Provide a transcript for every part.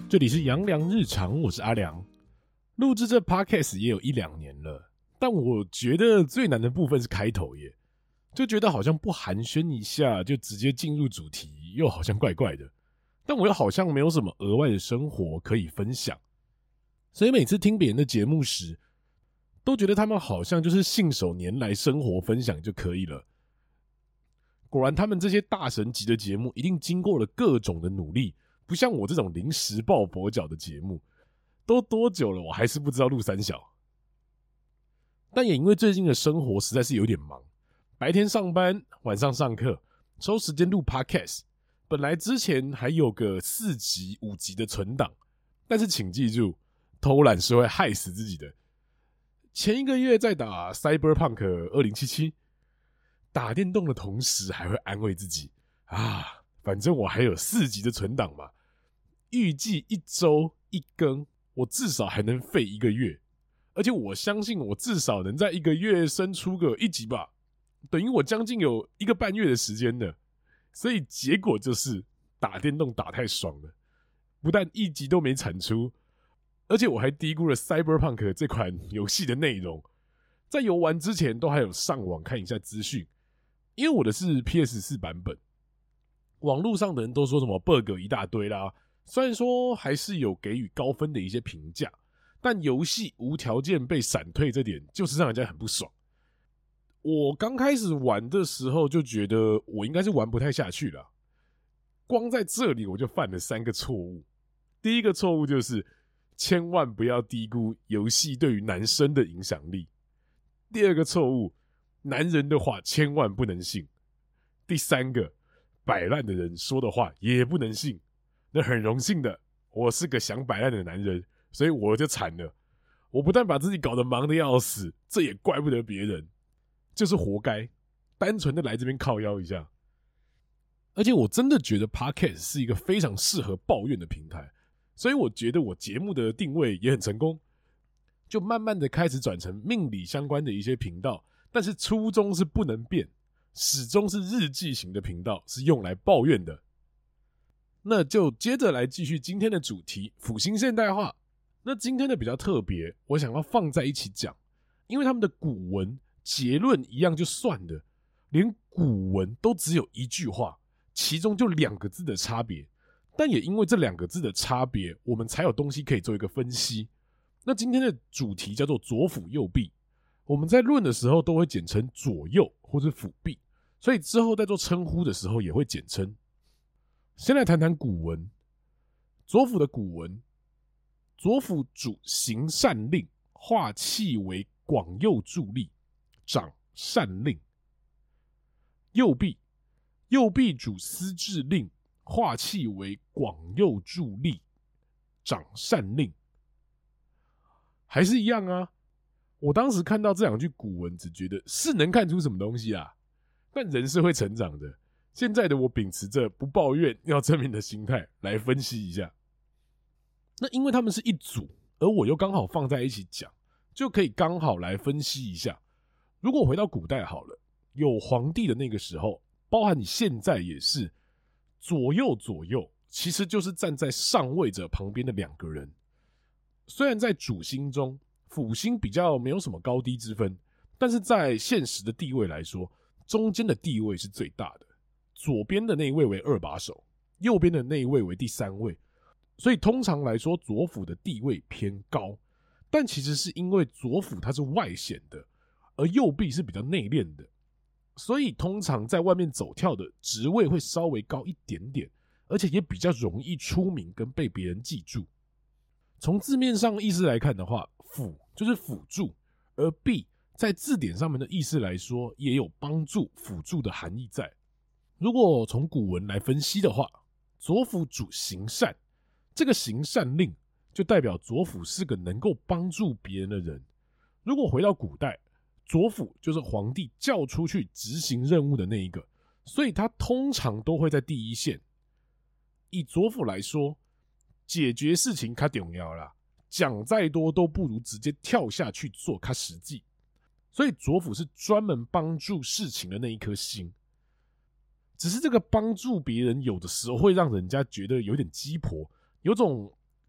这里是杨良日常，我是阿良。录制这 podcast 也有1-2年了，但我觉得最难的部分是开头耶，就觉得好像不寒暄一下就直接进入主题，又好像怪怪的。但我又好像没有什么额外的生活可以分享，所以每次听别人的节目时，都觉得他们好像就是信手拈来生活分享就可以了。果然他们这些大神级的节目一定经过了各种的努力，不像我这种临时抱佛脚的节目。都多久了我还是不知道录三小。但也因为最近的生活实在是有点忙，白天上班，晚上上课，抽时间录 podcast。本来之前还有个4集5集的存档，但是请记住，偷懒是会害死自己的。前1个月在打 Cyberpunk 2077，打电动的同时还会安慰自己啊，反正我还有4集的存档嘛，预计1周1更，我至少还能废1个月，而且我相信我至少能在1个月生出个1集吧，等于我将近有1个半月的时间呢。所以结果就是打电动打太爽了，不但1集都没产出，而且我还低估了 Cyberpunk 这款游戏的内容，在游玩之前都还有上网看一下资讯，因为我的是 PS4 版本，网络上的人都说什么 bug 一大堆啦，虽然说还是有给予高分的一些评价，但游戏无条件被闪退这点就是让人家很不爽。我刚开始玩的时候就觉得我应该是玩不太下去了，光在这里我就犯了3个错误。第一个错误就是千万不要低估游戏对于男生的影响力。第二个错误，男人的话千万不能信。第3个，摆烂的人说的话也不能信。那很荣幸的，我是个想摆烂的男人，所以我就惨了。我不但把自己搞得忙得要死，这也怪不得别人，就是活该，单纯的来这边靠腰一下。而且我真的觉得 Podcast 是一个非常适合抱怨的平台，所以我觉得我节目的定位也很成功，就慢慢的开始转成命理相关的一些频道，但是初衷是不能变，始终是日记型的频道，是用来抱怨的。那就接着来继续今天的主题，辅星现代化。那今天的比较特别，我想要放在一起讲，因为他们的古文结论一样就算了，连古文都只有1句话，其中就2个字的差别，但也因为这2个字的差别，我们才有东西可以做一个分析。那今天的主题叫做左辅右弼，我们在论的时候都会简称左右或是辅弼，所以之后在做称呼的时候也会简称。先来谈谈古文。左辅的古文，左辅主行善令，化气为广右助力，掌善令。右弼，右弼主司治令，化气为广右助力，掌善令。还是一样啊，我当时看到这2句古文，只觉得是能看出什么东西啊，但人是会成长的。现在的我秉持着不抱怨要正面的心态来分析一下。那因为他们是一组，而我又刚好放在一起讲，就可以刚好来分析一下。如果回到古代好了，有皇帝的那个时候，包含你现在也是，左右其实就是站在上位者旁边的2个人。虽然在主星中辅星比较没有什么高低之分，但是在现实的地位来说，中间的地位是最大的，左边的那一位为2把手，右边的那一位为第3位，所以通常来说左辅的地位偏高，但其实是因为左辅它是外显的，而右弼是比较内敛的，所以通常在外面走跳的职位会稍微高一点点，而且也比较容易出名跟被别人记住。从字面上意思来看的话，辅就是辅助，而弼在字典上面的意思来说也有帮助辅助的含义在。如果从古文来分析的话，左辅主行善，这个行善令就代表左辅是个能够帮助别人的人。如果回到古代，左辅就是皇帝叫出去执行任务的那一个，所以他通常都会在第一线。以左辅来说，解决事情较重要啦，讲再多都不如直接跳下去做较实际。所以左辅是专门帮助事情的那一颗心。只是这个帮助别人有的时候会让人家觉得有点鸡婆，有种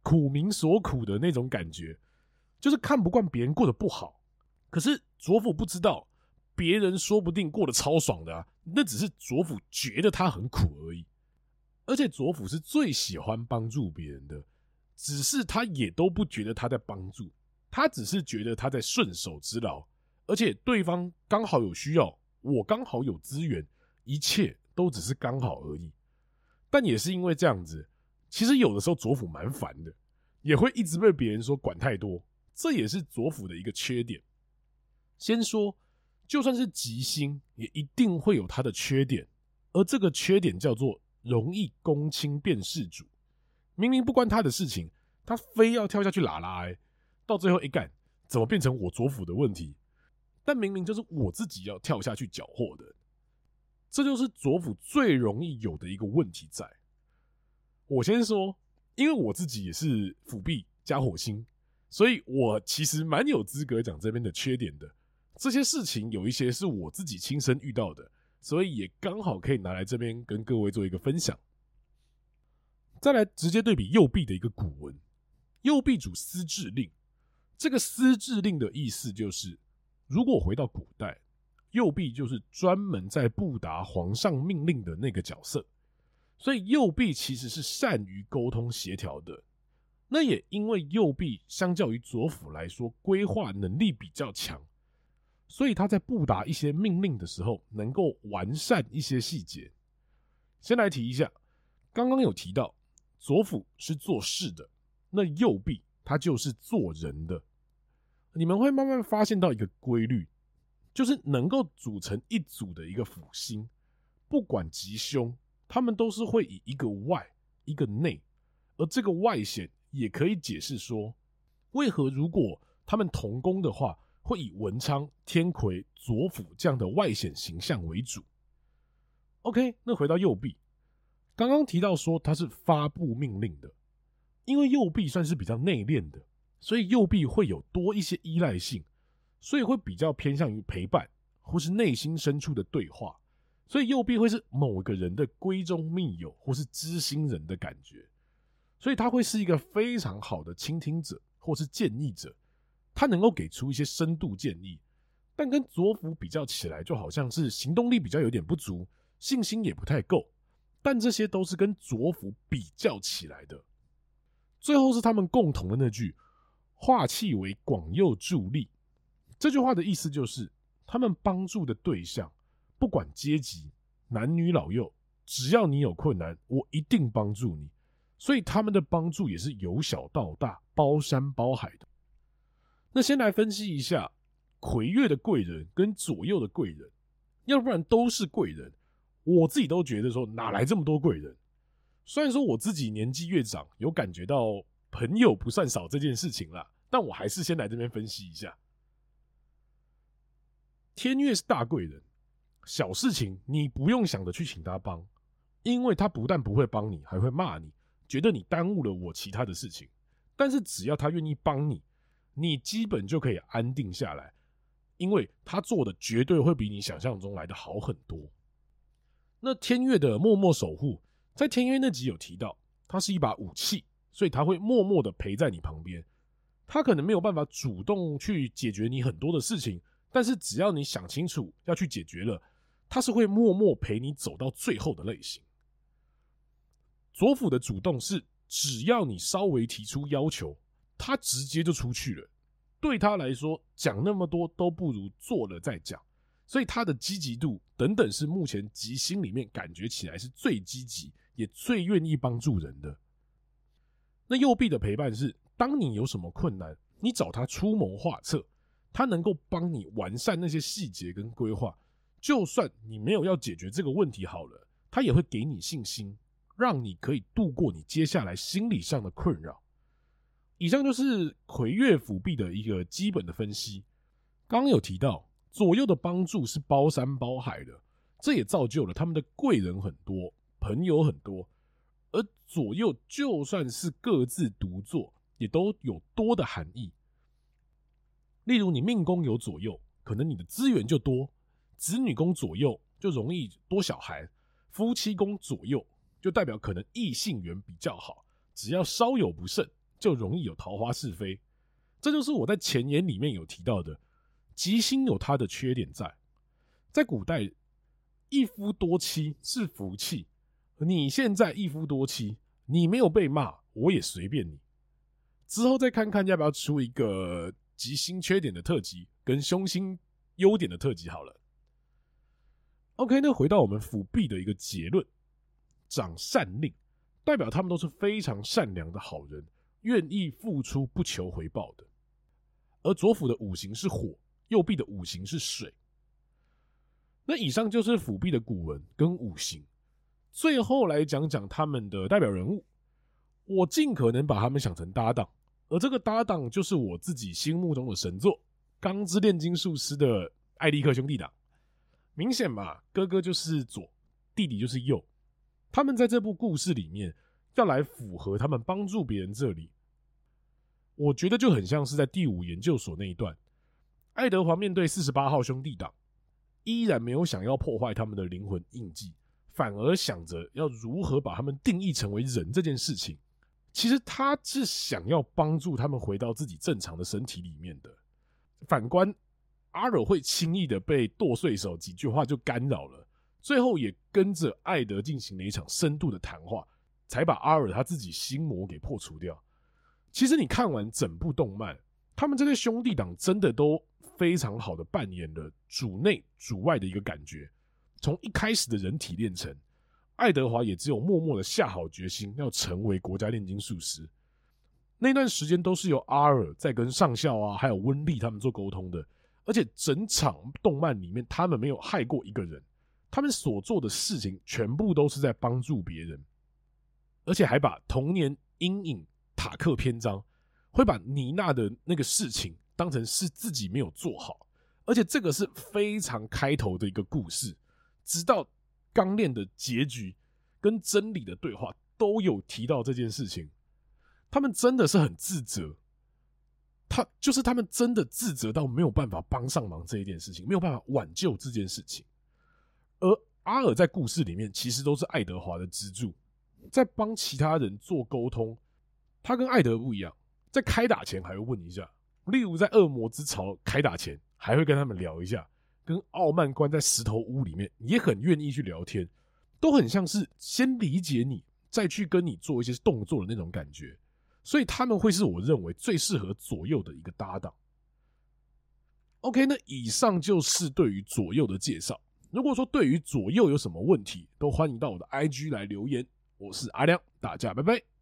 苦民所苦的那种感觉，就是看不惯别人过得不好。可是左辅不知道，别人说不定过得超爽的啊，那只是左辅觉得他很苦而已。而且左辅是最喜欢帮助别人的，只是他也都不觉得他在帮助，他只是觉得他在顺手之劳，而且对方刚好有需要，我刚好有资源，一切都只是刚好而已。但也是因为这样子，其实有的时候左辅蛮烦的，也会一直被别人说管太多，这也是左辅的一个缺点。先说，就算是吉星，也一定会有他的缺点，而这个缺点叫做容易公亲变事主。明明不关他的事情，他非要跳下去拉拉到最后一干，怎么变成我左辅的问题？但明明就是我自己要跳下去缴获的。这就是左辅最容易有的一个问题在。我先说，因为我自己也是辅弼加火星，所以我其实蛮有资格讲这边的缺点的。这些事情有一些是我自己亲身遇到的，所以也刚好可以拿来这边跟各位做一个分享。再来直接对比右弼的一个古文，右弼主司制令，这个司制令的意思就是，如果回到古代，右弼就是专门在布达皇上命令的那个角色，所以右弼其实是善于沟通协调的。那也因为右弼相较于左辅来说，规划能力比较强，所以他在布达一些命令的时候，能够完善一些细节。先来提一下，刚刚有提到左辅是做事的，那右弼他就是做人的。你们会慢慢发现到一个规律，就是能够组成一组的一个辅星，不管吉凶，他们都是会以一个外一个内，而这个外显也可以解释说，为何如果他们同宫的话，会以文昌、天魁、左辅这样的外显形象为主。OK， 那回到右弼，刚刚提到说他是发布命令的，因为右弼算是比较内敛的，所以右弼会有多一些依赖性，所以会比较偏向于陪伴或是内心深处的对话，所以右弼会是某个人的闺中密友或是知心人的感觉，所以他会是一个非常好的倾听者或是建议者，他能够给出一些深度建议，但跟左辅比较起来，就好像是行动力比较有点不足，信心也不太够，但这些都是跟左辅比较起来的。最后是他们共同的那句化气为广佑助力，这句话的意思就是他们帮助的对象不管阶级男女老幼，只要你有困难，我一定帮助你，所以他们的帮助也是由小到大，包山包海的。那先来分析一下魁月的贵人跟左右的贵人，要不然都是贵人，我自己都觉得说哪来这么多贵人。虽然说我自己年纪越长，有感觉到朋友不算少这件事情啦，但我还是先来这边分析一下。天月是大贵人，小事情你不用想着去请他帮，因为他不但不会帮你，还会骂你，觉得你耽误了我其他的事情。但是只要他愿意帮你，你基本就可以安定下来，因为他做的绝对会比你想象中来的好很多。那天月的默默守护，在天月那集有提到，它是一把武器，所以他会默默的陪在你旁边。他可能没有办法主动去解决你很多的事情，但是只要你想清楚要去解决了，他是会默默陪你走到最后的类型。左辅的主动是只要你稍微提出要求，他直接就出去了。对他来说，讲那么多都不如做了再讲，所以他的积极度等等是目前吉星里面感觉起来是最积极，也最愿意帮助人的。那右弼的陪伴是，当你有什么困难，你找他出谋划策，他能够帮你完善那些细节跟规划，就算你没有要解决这个问题好了，他也会给你信心，让你可以度过你接下来心理上的困扰。以上就是魁月辅弼的一个基本的分析。刚刚有提到左右的帮助是包山包海的，这也造就了他们的贵人很多，朋友很多，而左右就算是各自独坐，也都有多的含义。例如你命宫有左右，可能你的资源就多，子女宫左右就容易多小孩，夫妻宫左右就代表可能异性缘比较好，只要稍有不慎就容易有桃花是非。这就是我在前言里面有提到的，吉星有它的缺点在古代，一夫多妻是福气，你现在一夫多妻，你没有被骂，我也随便你。之后再看看要不要出一个吉星缺点的特辑跟凶星优点的特辑好了。OK， 那回到我们辅币的一个结论，掌善令代表他们都是非常善良的好人，愿意付出不求回报的。而左辅的五行是火，右弼的五行是水。那以上就是辅币的古文跟五行，最后来讲讲他们的代表人物。我尽可能把他们想成搭档，而这个搭档就是我自己心目中的神作《钢之炼金术师》的艾利克兄弟党。明显嘛，哥哥就是左，弟弟就是右。他们在这部故事里面要来符合他们帮助别人这里，我觉得就很像是在第5研究所那一段，爱德华面对48号兄弟党，依然没有想要破坏他们的灵魂印记，反而想着要如何把他们定义成为人这件事情。其实他是想要帮助他们回到自己正常的身体里面的。反观阿尔会轻易的被剁碎手几句话就干扰了，最后也跟着艾德进行了一场深度的谈话，才把阿尔他自己心魔给破除掉。其实你看完整部动漫，他们这个兄弟党真的都非常好的扮演了主内主外的一个感觉。从一开始的人体炼成，爱德华也只有默默的下好决心要成为国家炼金术师。那段时间都是由阿尔在跟上校啊还有温丽他们做沟通的，而且整场动漫里面他们没有害过一个人，他们所做的事情全部都是在帮助别人，而且还把童年阴影塔克篇章会把妮娜的那个事情当成是自己没有做好，而且这个是非常开头的一个故事，直到钢炼的结局跟真理的对话都有提到这件事情。他们真的是很自责，他们真的自责到没有办法帮上忙这一件事情，没有办法挽救这件事情。而阿尔在故事里面其实都是爱德华的支柱，在帮其他人做沟通。他跟艾德不一样，在开打前还会问一下，例如在恶魔之巢开打前还会跟他们聊一下，跟傲慢关在石头屋里面也很愿意去聊天，都很像是先理解你再去跟你做一些动作的那种感觉。所以他们会是我认为最适合左右的一个搭档。OK， 那以上就是对于左右的介绍。如果说对于左右有什么问题，都欢迎到我的 IG 来留言。我是阿亮，大家拜拜。